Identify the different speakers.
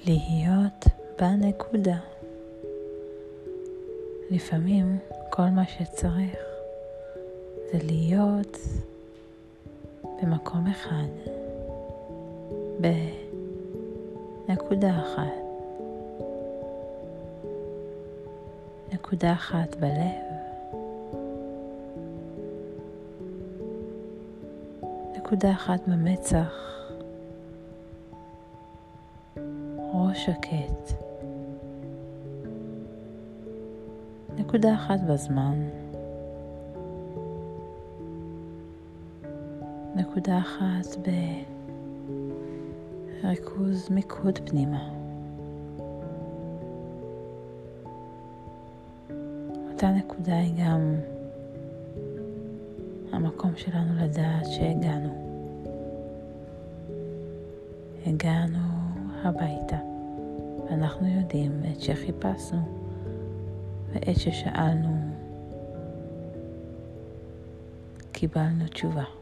Speaker 1: להיות בנקודה. לפעמים כל מה שצריך זה להיות במקום אחד, בנקודה אחת. נקודה אחת בלב, נקודה אחת במצח, ראש שקט, נקודה אחת בזמן, נקודה אחת בריכוז מיקוד פנימה. אותה נקודה היא גם המקום שלנו לדעת שהגענו. הגענו הביתה, ואנחנו יודעים את שחיפשנו ואת ששאלנו קיבלנו תשובה.